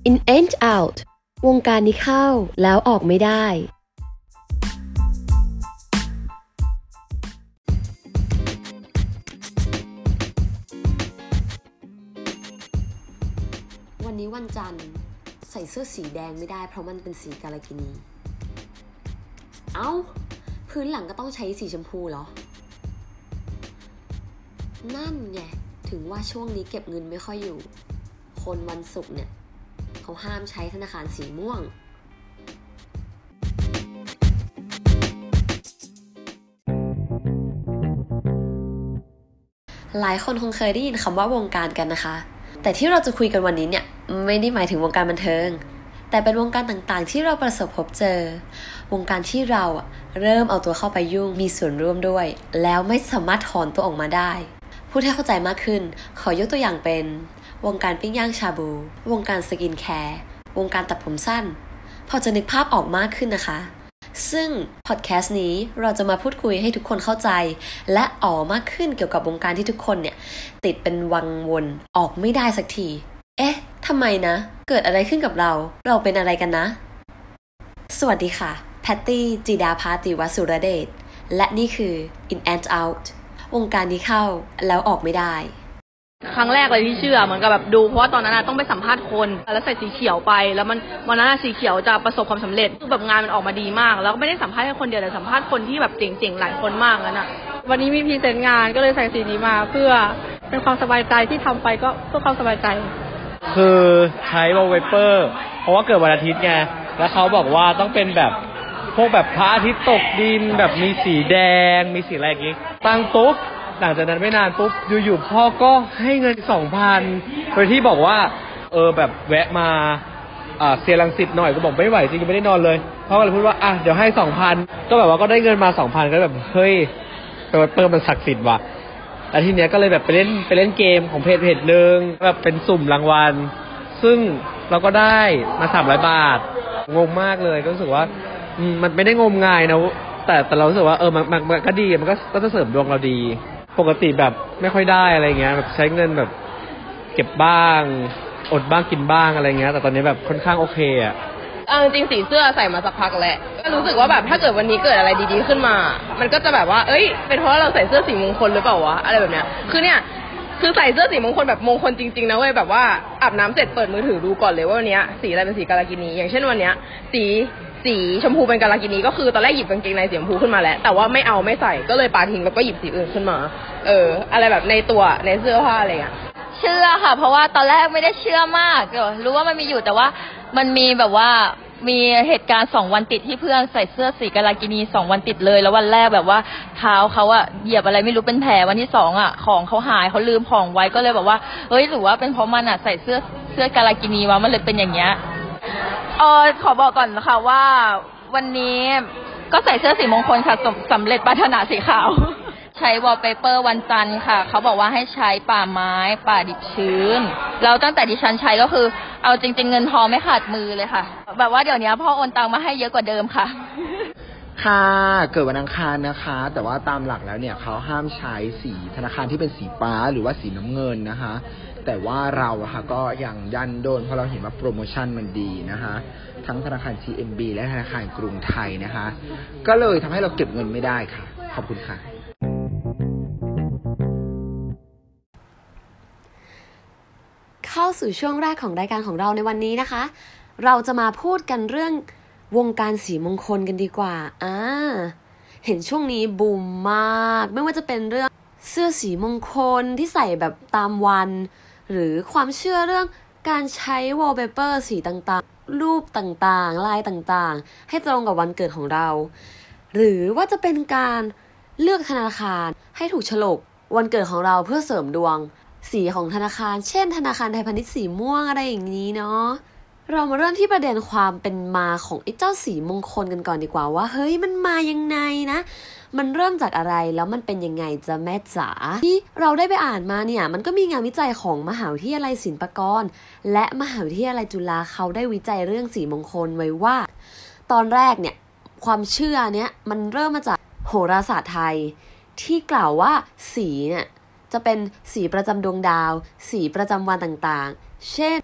In and out วงการนี้เข้าแล้วออกไม่ได้วันนี้วันจันทร์ใส่เสื้อสีแดงไม่ได้เพราะมันเป็นสีกาลากินีพื้นหลังก็ต้องใช้สีชมพูเหรอนั่นไงถึงว่าช่วงนี้เก็บเงินไม่ค่อยอยู่คนวันศุกร์เนี่ยเขาห้ามใช้ธนาคารสีม่วงหลายคนคงเคยได้ยินคำว่าวงการกันนะคะแต่ที่เราจะคุยกันวันนี้เนี่ยไม่ได้หมายถึงวงการบันเทิงแต่เป็นวงการต่างๆที่เราประสบพบเจอวงการที่เราเริ่มเอาตัวเข้าไปยุ่งมีส่วนร่วมด้วยแล้วไม่สามารถถอนตัวออกมาได้พูดให้เข้าใจมากขึ้นขอยกตัวอย่างเป็นวงการปิ้งย่างชาบูวงการสกินแคร์วงการตัดผมสั้นพอจะนึกภาพออกมากขึ้นนะคะซึ่งพอดแคสต์นี้เราจะมาพูดคุยให้ทุกคนเข้าใจและอ๋อมากขึ้นเกี่ยวกับวงการที่ทุกคนเนี่ยติดเป็นวังวนออกไม่ได้สักทีทำไมนะเกิดอะไรขึ้นกับเราเป็นอะไรกันนะสวัสดีค่ะแพตตี้จิดาภาติวสุรเดชและนี่คือ In and Out วงการนี้เข้าแล้วออกไม่ได้ครั้งแรกเลยที่เชื่อเหมือนกับแบบดูเพราะว่าตอนนั้นต้องไปสัมภาษณ์คนแล้วใส่สีเขียวไปแล้วมันวันนั้นสีเขียวจะประสบความสำเร็จคือแบบงานมันออกมาดีมากแล้วก็ไม่ได้สัมภาษณ์แค่คนเดียวแต่สัมภาษณ์คนที่แบบเจ๋งๆหลายคนมากแล้วน่ะวันนี้มีพรีเซนต์งานก็เลยใส่สีนี้มาเพื่อเป็นความสบายใจที่ทำไปก็เพื่อความสบายใจคือใช้วอลเปเปอร์เพราะว่าเกิดวันอาทิตย์ไงแล้วเขาบอกว่าต้องเป็นแบบพวกแบบพระอาทิตย์ตกดินแบบมีสีแดงมีสีอะไรอย่างงี้ตั้งปุ๊บหลังจากนั้นไม่นานปุ๊บอยู่ๆพ่อก็ให้เงิน 2,000 โดยที่บอกว่าแบบแวะมาเซียรังสิตหน่อยก็บอกไม่ไหวจริงๆไม่ได้นอนเลยพ่อก็เลยพูดว่าเดี๋ยวให้ 2,000 ก็แบบว่าก็ได้เงินมา 2,000 ก็แบบเฮ้ยเปิดมันศักดิ์สิทธิ์ว่ะแล้วทีเนี้ยก็เลยแบบไปเล่นเกมของเพจนึงแบบเป็นสุ่มรางวัลซึ่งเราก็ได้มา300 บาทงงมากเลยก็รู้สึกว่ามันไม่ได้งมงายนะแต่เรารู้สึกว่ามันก็ดีมันก็จะเสริมดวงเราดีปกติแบบไม่ค่อยได้อะไรเงี้ยแบบใช้เงินแบบเก็บบ้างอดบ้างกินบ้างอะไรเงี้ยแต่ตอนนี้แบบค่อนข้างโอเคอ่ะจริงๆสีเสื้อใส่มาสักพักแล้วก็รู้สึกว่าแบบถ้าเกิดวันนี้เกิดอะไรดีๆขึ้นมามันก็จะแบบว่าเป็นเพราะเราใส่เสื้อสีมงคลหรือเปล่าวะอะไรแบบเนี้ยคือใส่เสื้อสีมงคลแบบมงคลจริงๆนะเว้ยแบบว่าอาบน้ำเสร็จเปิดมือถือดูก่อนเลยว่าวันนี้สีอะไรเป็นสีกาลากินีอย่างเช่นวันนี้สีชมพูเป็นกาลากินีก็คือตอนแรกหยิบกางเกงในสีชมพูขึ้นมาแล้วแต่ว่าไม่ใส่ก็เลยปาทิ้งแล้วก็หยิบสีอื่นขึ้นมาอะไรแบบในตัวในเสื้อผ้าอะไรเงี้ยเชื่อค่ะเพราะว่าตอนแรกไม่ได้เชื่อมากรู้ว่ามันมีอยู่แต่ว่ามันมีแบบว่ามีเหตุการณ์2 วันติดที่เพื่อนใส่เสื้อสีกาลากินี2 วันติดเลยแล้ววันแรกแบบว่าเท้าเขาเหยียบอะไรไม่รู้เป็นแผลวันที่2ของเขาหายเขาลืมของไว้ก็เลยแบบว่าหรือว่าเป็นเพราะมันใส่เสื้อกาลากินีวะมันเลยเป็นอย่างเงี้ยขอบอกก่อนนะคะว่าวันนี้ก็ใส่เสื้อสีมงคลค่ะสำเร็จปรารถนาสีขาวใช้วอลเปเปอร์วันจันทร์ค่ะเขาบอกว่าให้ใช้ป่าไม้ป่าดิบชื้นแล้วตั้งแต่ดิฉันใช้ก็คือเอาจริงๆเงินทองไม่ขาดมือเลยค่ะแบบว่าเดี๋ยวนี้พ่อโอนตังมาให้เยอะกว่าเดิมค่ะค่ะเกิดวันอังคารนะคะแต่ว่าตามหลักแล้วเนี่ยเขาห้ามใช้สีธนาคารที่เป็นสีฟ้าหรือว่าสีน้ำเงินนะคะแต่ว่าเราค่ะก็ยังยันโดนเพราะเราเห็นว่าโปรโมชั่นมันดีนะคะทั้งธนาคาร TMB และธนาคารกรุงไทยนะคะก็เลยทำให้เราเก็บเงินไม่ได้ค่ะขอบคุณค่ะเข้าสู่ช่วงแรกของรายการของเราในวันนี้นะคะเราจะมาพูดกันเรื่องวงการสีมงคลกันดีกว่าเห็นช่วงนี้บูมมากไม่ว่าจะเป็นเรื่องเสื้อสีมงคลที่ใส่แบบตามวันหรือความเชื่อเรื่องการใช้วอลเปเปอร์สีต่างๆรูปต่างๆลายต่างๆให้ตรงกับวันเกิดของเราหรือว่าจะเป็นการเลือกธนาคารให้ถูกโฉลกวันเกิดของเราเพื่อเสริมดวงสีของธนาคารเช่นธนาคารไทยพาณิชย์สีม่วงอะไรอย่างนี้เนาะเรามาเริ่มที่ประเด็นความเป็นมาของไอ้เจ้าสีมงคลกันก่อนดีกว่าว่าเฮ้ยมันมายังไงนะมันเริ่มจากอะไรแล้วมันเป็นยังไงจะแม่จ๋าที่เราได้ไปอ่านมาเนี่ยมันก็มีงานวิจัยของมหาวิทยาลัยศิลปากรและมหาวิทยาลัยจุฬาเขาได้วิจัยเรื่องสีมงคลไว้ว่าตอนแรกเนี่ยความเชื่อเนี้ยมันเริ่มมาจากโหราศาสตร์ไทยที่กล่าวว่าสีเนี่ยจะเป็นสีประจำดวงดาวสีประจำวันต่างๆเช่น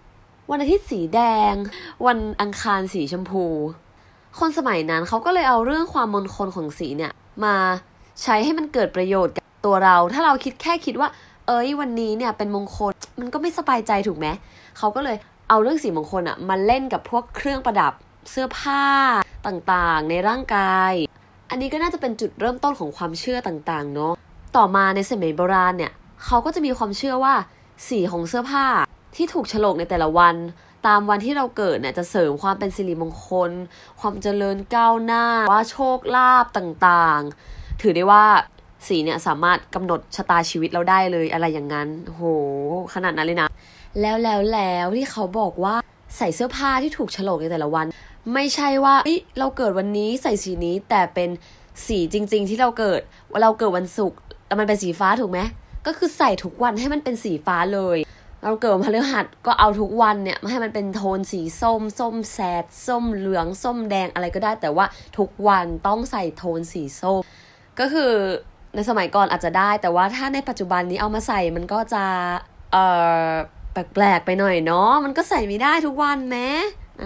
วันอาทิตย์สีแดงวันอังคารสีชมพูคนสมัยนั้นเขาก็เลยเอาเรื่องความมงคลของสีเนี่ยมาใช้ให้มันเกิดประโยชน์กับตัวเราถ้าเราคิดว่าวันนี้เนี่ยเป็นมงคลมันก็ไม่สบายใจถูกไหมเขาก็เลยเอาเรื่องสีมงคลมาเล่นกับพวกเครื่องประดับเสื้อผ้าต่างๆในร่างกายอันนี้ก็น่าจะเป็นจุดเริ่มต้นของความเชื่อต่างๆเนาะต่อมาในสมัยโบราณเนี่ยเขาก็จะมีความเชื่อว่าสีของเสื้อผ้าที่ถูกโฉลกในแต่ละวันตามวันที่เราเกิดเนี่ยจะเสริมความเป็นสิริมงคลความเจริญก้าวหน้าว่าโชคลาภต่างๆถือได้ว่าสีเนี่ยสามารถกำหนดชะตาชีวิตเราได้เลยอะไรอย่างนั้นโหขนาดนั้นเลยนะแล้วที่เขาบอกว่าใส่เสื้อผ้าที่ถูกโฉลกในแต่ละวันไม่ใช่ว่าเราเกิดวันนี้ใส่สีนี้แต่เป็นสีจริงๆที่เราเกิดวันศุกร์แต่มันเป็นสีฟ้าถูกไหมก็คือใส่ทุกวันให้มันเป็นสีฟ้าเลยเราเกิดวันพฤหัสก็เอาทุกวันเนี่ยมาให้มันเป็นโทนสีส้มแซดส้มเหลืองส้มแดงอะไรก็ได้แต่ว่าทุกวันต้องใส่โทนสีส้มก็คือในสมัยก่อนอาจจะได้แต่ว่าถ้าในปัจจุบันนี้เอามาใส่มันก็จะแปลกๆไปหน่อยเนาะมันก็ใส่ไม่ได้ทุกวันแม้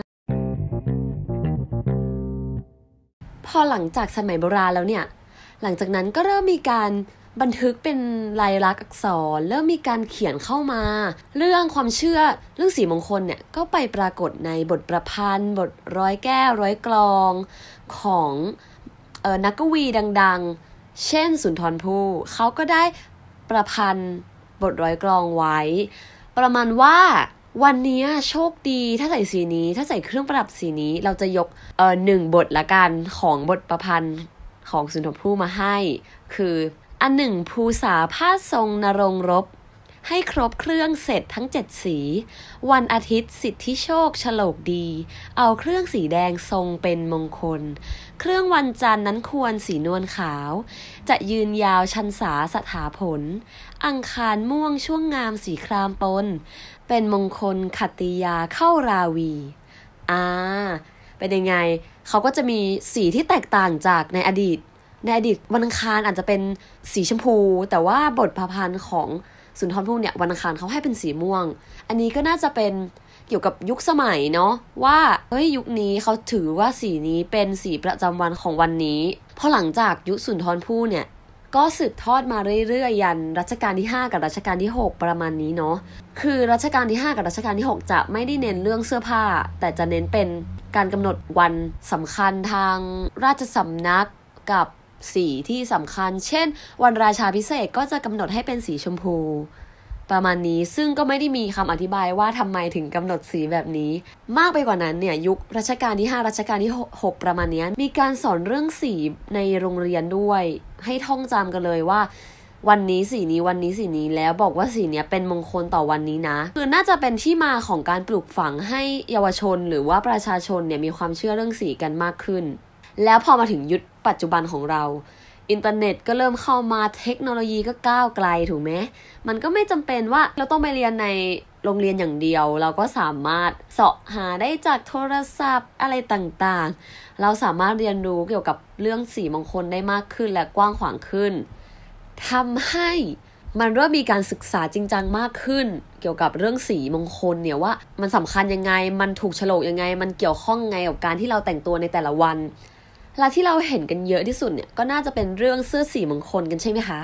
พอหลังจากสมัยโบราณแล้วเนี่ยหลังจากนั้นก็เริ่มมีการบันทึกเป็นลายลักษณ์อักษรเริ่มมีการเขียนเข้ามาเรื่องความเชื่อเรื่องสีมงคลเนี่ยก็ไปปรากฏในบทประพันธ์บทร้อยแก้วร้อยกลองของนักกวีดังๆเช่นสุนทรภู่เขาก็ได้ประพันธ์บทร้อยกลองไว้ประมาณว่าวันนี้โชคดีถ้าใส่สีนี้ถ้าใส่เครื่องประดับสีนี้เราจะยก1 บทละกันของบทประพันธ์ของสุนทรภู่มาให้คืออัน 1ภูษาผ้าทรงนรงรบให้ครบเครื่องเสร็จทั้ง7สีวันอาทิตย์สิทธิโชคโฉลกดีเอาเครื่องสีแดงทรงเป็นมงคลเครื่องวันจันทร์นั้นควรสีนวลขาวจะยืนยาวชันษาสถาผลอังคารม่วงช่วงงามสีครามปนเป็นมงคลขัตติยาเข้าราวีเป็นยังไงเขาก็จะมีสีที่แตกต่างจากในอดีตวันอังคารอาจจะเป็นสีชมพูแต่ว่าบทประพันธ์ของสุนทรภู่เนี่ยวันอังคารเขาให้เป็นสีม่วงอันนี้ก็น่าจะเป็นเกี่ยวกับยุคสมัยเนาะว่ายุคนี้เขาถือว่าสีนี้เป็นสีประจำวันของวันนี้พอหลังจากยุคสุนทรภู่เนี่ยก็สืบทอดมาเรื่อยๆยันรัชกาลที่5กับรัชกาลที่6ประมาณนี้เนาะคือรัชกาลที่5กับรัชกาลที่6จะไม่ได้เน้นเรื่องเสื้อผ้าแต่จะเน้นเป็นการกำหนดวันสำคัญทางราชสำนักกับสีที่สำคัญเช่นวันราชาภิเษกก็จะกำหนดให้เป็นสีชมพูประมาณนี้ซึ่งก็ไม่ได้มีคำอธิบายว่าทำไมถึงกำหนดสีแบบนี้มากไปกว่านั้นเนี่ยยุครัชกาลที่5รัชกาลที่6ประมาณนี้มีการสอนเรื่องสีในโรงเรียนด้วยให้ท่องจำกันเลยว่าวันนี้สีนี้วันนี้สีนี้แล้วบอกว่าสีนี้เป็นมงคลต่อวันนี้นะคือน่าจะเป็นที่มาของการปลูกฝังให้เยาวชนหรือว่าประชาชนเนี่ยมีความเชื่อเรื่องสีกันมากขึ้นแล้วพอมาถึงยุคปัจจุบันของเราอินเทอร์เน็ตก็เริ่มเข้ามาเทคโนโลยีก็ก้าวไกลถูกไหมมันก็ไม่จำเป็นว่าเราต้องไปเรียนในโรงเรียนอย่างเดียวเราก็สามารถเสาะหาได้จากโทรศัพท์อะไรต่างๆเราสามารถเรียนรู้เกี่ยวกับเรื่องสีมงคลได้มากขึ้นและกว้างขวางขึ้นทำให้มันเริ่มมีการศึกษาจริงจังมากขึ้นเกี่ยวกับเรื่องสีมงคลเนี่ยว่ามันสำคัญยังไงมันถูกโฉลกยังไงมันเกี่ยวข้องไงกับการที่เราแต่งตัวในแต่ละวันและที่เราเห็นกันเยอะที่สุดเนี่ยก็น่าจะเป็นเรื่องเสื้อสีมงคลกันใช่ไหมคะ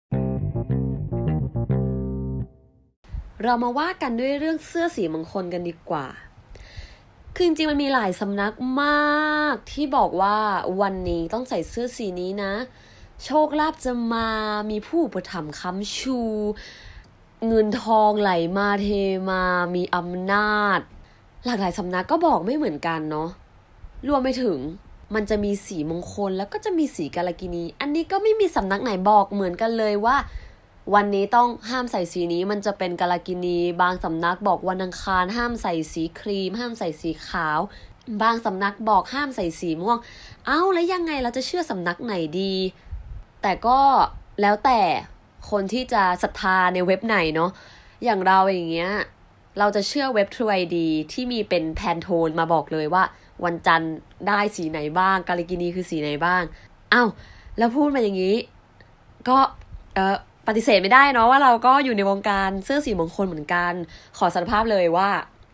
เรามาว่ากันด้วยเรื่องเสื้อสีมงคลกันดีกว่าคือจริงๆมันมีหลายสำนักมากที่บอกว่าวันนี้ต้องใส่เสื้อสีนี้นะโชคลาภจะมามีผู้อุปถัมภ์ค้ำชูเงินทองไหลมาเทมามีอำนาจหลากหลายสำนักก็บอกไม่เหมือนกันเนาะรวมไปถึงมันจะมีสีมงคลแล้วก็จะมีสีกาลกิณีอันนี้ก็ไม่มีสำนักไหนบอกเหมือนกันเลยว่าวันนี้ต้องห้ามใส่สีนี้มันจะเป็นกาลกิณีบางสำนักบอกวันอังคารห้ามใส่สีครีมห้ามใส่สีขาวบางสำนักบอกห้ามใส่สีม่วงแล้วยังไงเราจะเชื่อสำนักไหนดีแต่ก็แล้วแต่คนที่จะศรัทธาในเว็บไหนเนาะอย่างเราอย่างเงี้ยเราจะเชื่อเว็บ True ID ที่มีเป็นแพนโทนมาบอกเลยว่าวันจันทร์ได้สีไหนบ้างกาลกิณีคือสีไหนบ้างแล้วพูดมาอย่างนี้ก็ปฏิเสธไม่ได้เนาะว่าเราก็อยู่ในวงการเสื้อสีมงคลเหมือนกันขอสารภาพเลยว่า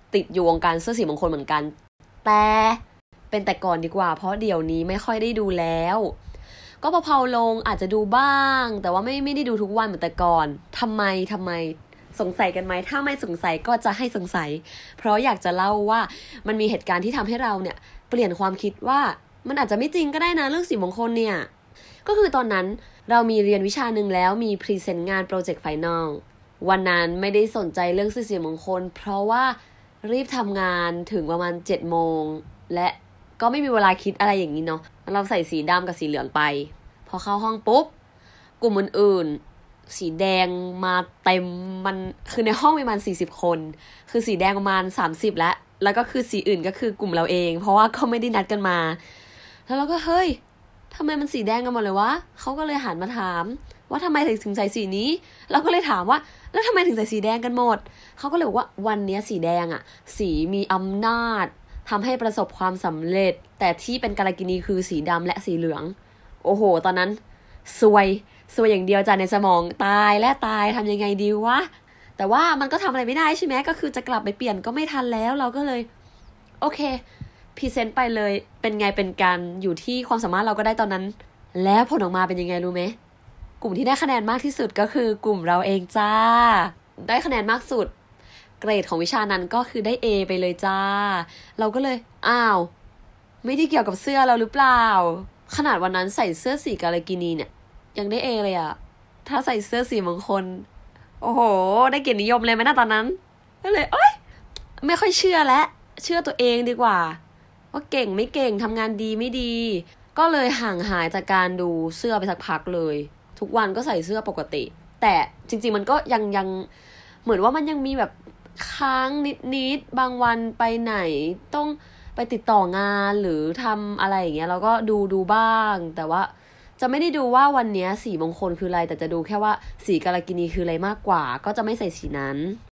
ติดอยู่วงการเสื้อสีมงคลเหมือนกันแต่เป็นแต่ก่อนดีกว่าเพราะเดี๋ยวนี้ไม่ค่อยได้ดูแล้วก็เผาๆลงอาจจะดูบ้างแต่ว่าไม่ได้ดูทุกวันเหมือนแต่ก่อนทำไมสงสัยกันไหมถ้าไม่สงสัยก็จะให้สงสัยเพราะอยากจะเล่าว่ามันมีเหตุการณ์ที่ทำให้เราเนี่ยเปลี่ยนความคิดว่ามันอาจจะไม่จริงก็ได้นะเรื่องสีมงคลเนี่ยก็คือตอนนั้นเรามีเรียนวิชาหนึ่งแล้วมีพรีเซนต์งานโปรเจกต์ไฟนอลวันนั้นไม่ได้สนใจเรื่องสีมงคลเพราะว่ารีบทำงานถึงประมาณ 7 โมงและก็ไม่มีเวลาคิดอะไรอย่างนี้เนาะเราใส่สีดำกับสีเหลืองไปพอเข้าห้องปุ๊บกลุ่มอื่นๆสีแดงมาเต็มมันคือในห้องมีประมาณ40 คนคือสีแดงประมาณ30แล้วก็คือสีอื่นก็คือกลุ่มเราเองเพราะว่าก็ไม่ได้นัดกันมาแล้วเราก็เฮ้ยทำไมมันสีแดงกันหมดเลยวะเขาก็เลยหันมาถามว่าทำไมถึงใส่สีนี้เราก็เลยถามว่าแล้วทำไมถึงใส่สีแดงกันหมดเขาก็เลยบอกว่าวันนี้สีแดงอะสีมีอำนาจทำให้ประสบความสำเร็จแต่ที่เป็นกาลกิณีคือสีดำและสีเหลืองโอ้โหตอนนั้นซวยอย่างเดียวจ้ะในสมองตายทำยังไงดีวะแต่ว่ามันก็ทำอะไรไม่ได้ใช่ไหมก็คือจะกลับไปเปลี่ยนก็ไม่ทันแล้วเราก็เลยโอเคพรีเซนต์ไปเลยเป็นไงเป็นกันอยู่ที่ความสามารถเราก็ได้ตอนนั้นแล้วผลออกมาเป็นยังไงรู้ไหมกลุ่มที่ได้คะแนนมากที่สุดก็คือกลุ่มเราเองจ้าได้คะแนนมากสุดเกรดของวิชานั้นก็คือได้ A ไปเลยจ้าเราก็เลยอ้าวไม่ได้เกี่ยวกับเสื้อเราหรือเปล่าขนาดวันนั้นใส่เสื้อสีกาลกิณีเนี่ยยังได้ A เลยอะถ้าใส่เสื้อสีมงคลโอ้โหได้เกียรตินิยมเลยไหมนะตอนนั้นก็เลยไม่ค่อยเชื่อแล้วเชื่อตัวเองดีกว่าว่าเก่งไม่เก่งทำงานดีไม่ดีก็เลยห่างหายจากการดูเสื้อไปสักพักเลยทุกวันก็ใส่เสื้อปกติแต่จริงๆมันก็ยังเหมือนว่ามันยังมีแบบค้างนิดบางวันไปไหนต้องไปติดต่องานหรือทำอะไรอย่างเงี้ยเราก็ดูบ้างแต่ว่าจะไม่ได้ดูว่าวันนี้สีมงคลคืออะไรแต่จะดูแค่ว่าสีกาลกิณีคืออะไรมากกว่าก็จะไม่ใส่สีนั้น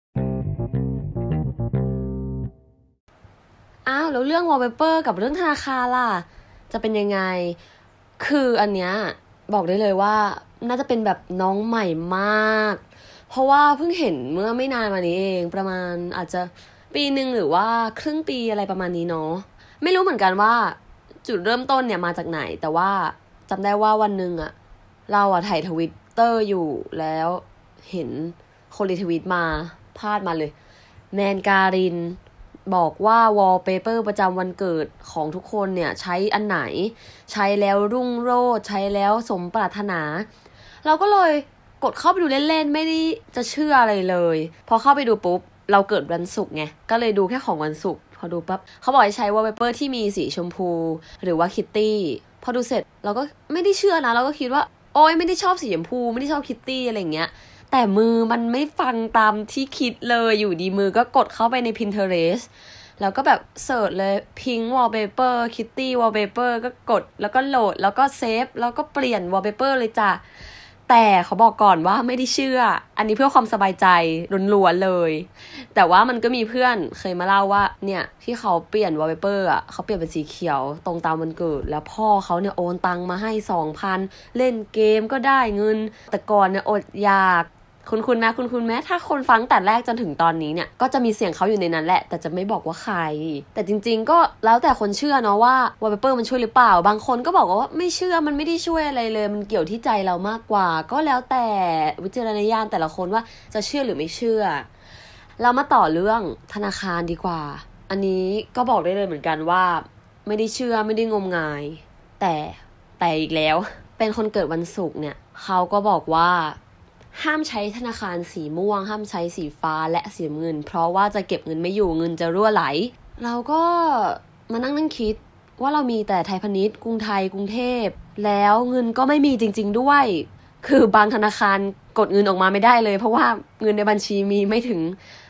อ้าวแล้วเรื่องวอลเปเปอร์กับเรื่องธนาคารล่ะจะเป็นยังไงคืออันเนี้ยบอกได้เลยว่าน่าจะเป็นแบบน้องใหม่มากเพราะว่าเพิ่งเห็นเมื่อไม่นานมานี้เองประมาณอาจจะปีนึงหรือว่าครึ่งปีอะไรประมาณนี้เนาะไม่รู้เหมือนกันว่าจุดเริ่มต้นเนี่ยมาจากไหนแต่ว่าจำได้ว่าวันนึงอะเราอะถ่ายทวิตเตอร์อยู่แล้วเห็นคนรีทวิตมาพาดมาเลยแมนการินบอกว่าวอลเปเปอร์ประจำวันเกิดของทุกคนเนี่ยใช้อันไหนใช้แล้วรุ่งโรจน์ใช้แล้วสมปรารถนาเราก็เลยกดเข้าไปดูเล่นๆไม่ได้จะเชื่ออะไรเลยพอเข้าไปดูปุ๊บเราเกิดวันศุกร์ไงก็เลยดูแค่ของวันศุกร์พอดูปั๊บเขาบอกให้ใช้วอลเปเปอร์ที่มีสีชมพูหรือว่าคิตตี้พอดูเสร็จเราก็ไม่ได้เชื่อนะเราก็คิดว่าโอ๊ยไม่ได้ชอบสีชมพูไม่ได้ชอบคิตตี้อะไรอย่างเงี้ยแต่มือมันไม่ฟังตามที่คิดเลยอยู่ดีมือก็กดเข้าไปใน Pinterest แล้วก็แบบเสิร์ชเลย Pink Wallpaper Kitty Wallpaper ก็กดแล้วก็โหลดแล้วก็เซฟแล้วก็เปลี่ยน Wallpaper เลยจ้ะแต่เขาบอกก่อนว่าไม่ได้เชื่ออันนี้เพื่อความสบายใจล้วนๆเลยแต่ว่ามันก็มีเพื่อนเคยมาเล่าว่าเนี่ยที่เขาเปลี่ยน Wallpaper อ่ะเขาเปลี่ยนเป็นสีเขียวตรงตามวันเกิดแล้วพ่อเขาเนี่ยโอนตังมาให้ 2,000 เล่นเกมก็ได้เงินแต่ก่อนเนี่ยอดอยากคุณแม่ถ้าคนฟังแต่แรกจนถึงตอนนี้เนี่ยก็จะมีเสียงเขาอยู่ในนั้นแหละแต่จะไม่บอกว่าใครแต่จริงๆก็แล้วแต่คนเชื่อเนาะว่า Wallpaper มันช่วยหรือเปล่าบางคนก็บอกว่าไม่เชื่อมันไม่ได้ช่วยอะไรเลยมันเกี่ยวที่ใจเรามากกว่าก็แล้วแต่วิจารณญาณแต่ละคนว่าจะเชื่อหรือไม่เชื่อเรามาต่อเรื่องธนาคารดีกว่าอันนี้ก็บอกได้เลยเหมือนกันว่าไม่ได้เชื่อไม่ได้งมงายแต่อีกแล้วเป็นคนเกิดวันศุกร์เนี่ยเขาก็บอกว่าห้ามใช้ธนาคารสีม่วงห้ามใช้สีฟ้าและสีน้ำเงินเพราะว่าจะเก็บเงินไม่อยู่เงินจะรั่วไหลเราก็มานั่งคิดว่าเรามีแต่ไทยพาณิชย์กรุงไทยกรุงเทพแล้วเงินก็ไม่มีจริงๆด้วยคือบางธนาคารกดเงินออกมาไม่ได้เลยเพราะว่าเงินในบัญชีมีไม่ถึง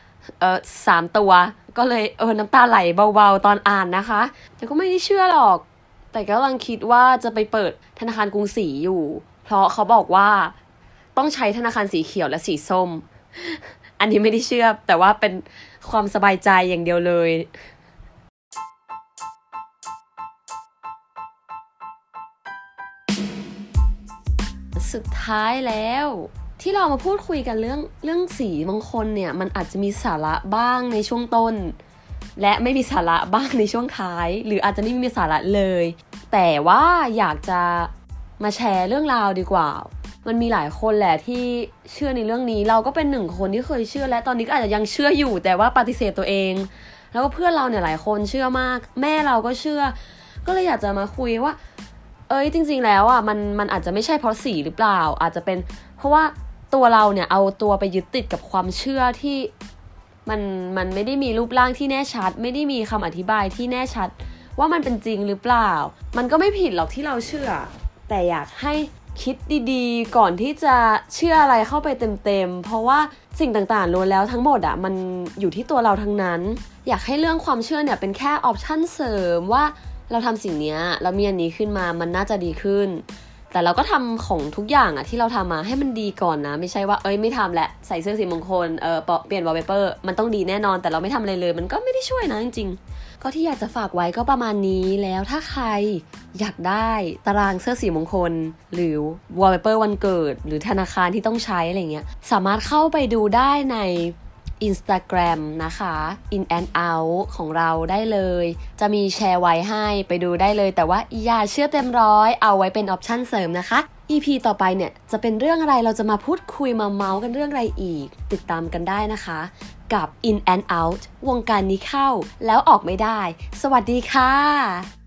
3 ตัวก็เลยน้ำตาไหลเบาๆตอนอ่านนะคะแต่ก็ไม่ได้เชื่อหรอกแต่ก็กำลังคิดว่าจะไปเปิดธนาคารกรุงศรีอยู่เพราะเขาบอกว่าต้องใช้ธนาคารสีเขียวและสีส้มอันนี้ไม่ได้เชื่อแต่ว่าเป็นความสบายใจอย่างเดียวเลยสุดท้ายแล้วที่เรามาพูดคุยกันเรื่องสีมงคลเนี่ยมันอาจจะมีสาระบ้างในช่วงต้นและไม่มีสาระบ้างในช่วงท้ายหรืออาจจะไม่มีสาระเลยแต่ว่าอยากจะมาแชร์เรื่องราวดีกว่ามันมีหลายคนแหละที่เชื่อในเรื่องนี้เราก็เป็นหนึ่งคนที่เคยเชื่อและตอนนี้ก็อาจจะยังเชื่ออยู่แต่ว่าปฏิเสธตัวเองแล้วก็เพื่อนเราเนี่ยหลายคนเชื่อมากแม่เราก็เชื่อก็เลยอยากจะมาคุยว่าจริงๆแล้วอ่ะมันอาจจะไม่ใช่เพราะสีหรือเปล่าอาจจะเป็นเพราะว่าตัวเราเนี่ยเอาตัวไปยึดติดกับความเชื่อที่มันไม่ได้มีรูปร่างที่แน่ชัดไม่ได้มีคำอธิบายที่แน่ชัดว่ามันเป็นจริงหรือเปล่ามันก็ไม่ผิดหรอกที่เราเชื่อแต่อยากให้คิดดีๆก่อนที่จะเชื่ออะไรเข้าไปเต็มๆเพราะว่าสิ่งต่างๆล้วนแล้วทั้งหมดอ่ะมันอยู่ที่ตัวเราทั้งนั้นอยากให้เรื่องความเชื่อเนี่ยเป็นแค่ออปชั่นเสริมว่าเราทำสิ่งนี้แล้วมีอันนี้ขึ้นมามันน่าจะดีขึ้นแต่เราก็ทำของทุกอย่างอ่ะที่เราทำมาให้มันดีก่อนนะไม่ใช่ว่าไม่ทำแหละใส่เสื้อสีมงคลเปลี่ยนวอลเปเปอร์มันต้องดีแน่นอนแต่เราไม่ทำอะไรเลยมันก็ไม่ได้ช่วยนะจริงๆก็ที่อยากจะฝากไว้ก็ประมาณนี้แล้วถ้าใครอยากได้ตารางเสื้อสีมงคลหรือวอลเปเปอร์วันเกิดหรือธนาคารที่ต้องใช้อะไรเงี้ยสามารถเข้าไปดูได้ในInstagram นะคะ in and out ของเราได้เลยจะมีแชร์ไว้ให้ไปดูได้เลยแต่ว่าอย่าเชื่อเต็มร้อยเอาไว้เป็นออปชั่นเสริมนะคะ EP ต่อไปเนี่ยจะเป็นเรื่องอะไรเราจะมาพูดคุยมาเมาส์กันเรื่องอะไรอีกติดตามกันได้นะคะกับ in and out วงการนี้เข้าแล้วออกไม่ได้สวัสดีค่ะ